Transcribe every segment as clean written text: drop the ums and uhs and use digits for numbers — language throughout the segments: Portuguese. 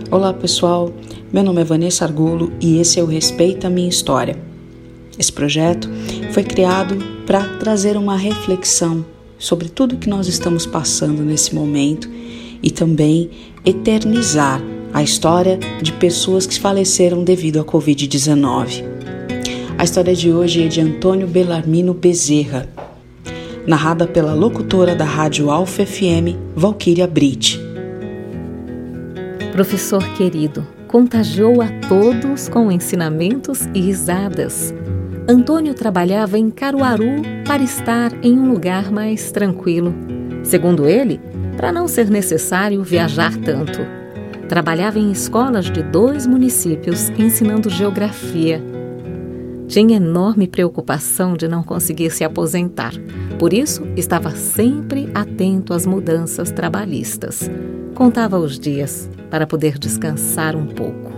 Olá pessoal, meu nome é Vanessa Argulo e esse é o Respeita a Minha História. Esse projeto foi criado para trazer uma reflexão sobre tudo que nós estamos passando nesse momento e também eternizar a história de pessoas que faleceram devido à Covid-19. A história de hoje é de Antônio Belarmino Bezerra, narrada pela locutora da Rádio Alfa FM, Valquíria Brite. Professor querido, contagiou a todos com ensinamentos e risadas. Antônio trabalhava em Caruaru para estar em um lugar mais tranquilo. Segundo ele, para não ser necessário viajar tanto. Trabalhava em escolas de 2 municípios ensinando geografia. Tinha enorme preocupação de não conseguir se aposentar. Por isso, estava sempre atento às mudanças trabalhistas. Contava os dias para poder descansar um pouco.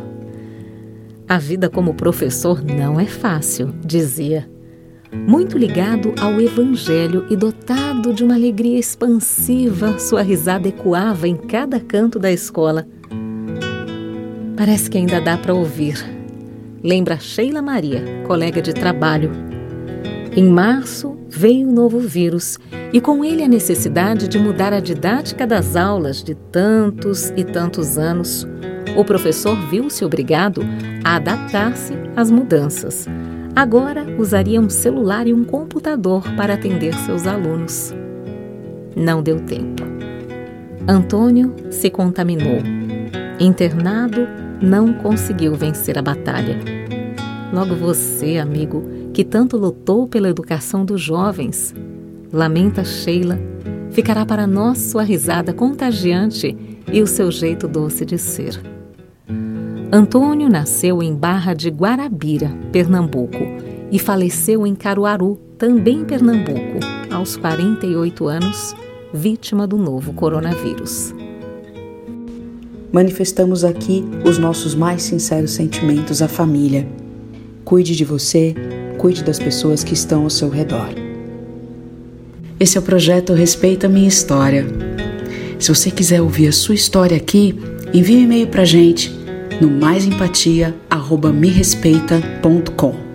A vida como professor não é fácil, dizia. Muito ligado ao Evangelho e dotado de uma alegria expansiva, sua risada ecoava em cada canto da escola. Parece que ainda dá para ouvir. Lembra Sheila Maria, colega de trabalho. Em março veio o novo vírus e com ele a necessidade de mudar a didática das aulas de tantos e tantos anos. O professor viu-se obrigado a adaptar-se às mudanças. Agora usaria um celular e um computador para atender seus alunos. Não deu tempo. Antônio se contaminou. Internado, não conseguiu vencer a batalha. Logo você, amigo, que tanto lutou pela educação dos jovens, lamenta Sheila, ficará para nós sua risada contagiante e o seu jeito doce de ser. Antônio nasceu em Barra de Guarabira, Pernambuco, e faleceu em Caruaru, também Pernambuco, aos 48 anos, vítima do novo coronavírus. Manifestamos aqui os nossos mais sinceros sentimentos à família. Cuide de você, cuide das pessoas que estão ao seu redor. Esse é o projeto Respeita a Minha História. Se você quiser ouvir a sua história aqui, envie um e-mail pra gente no maisempatia@merespeita.com.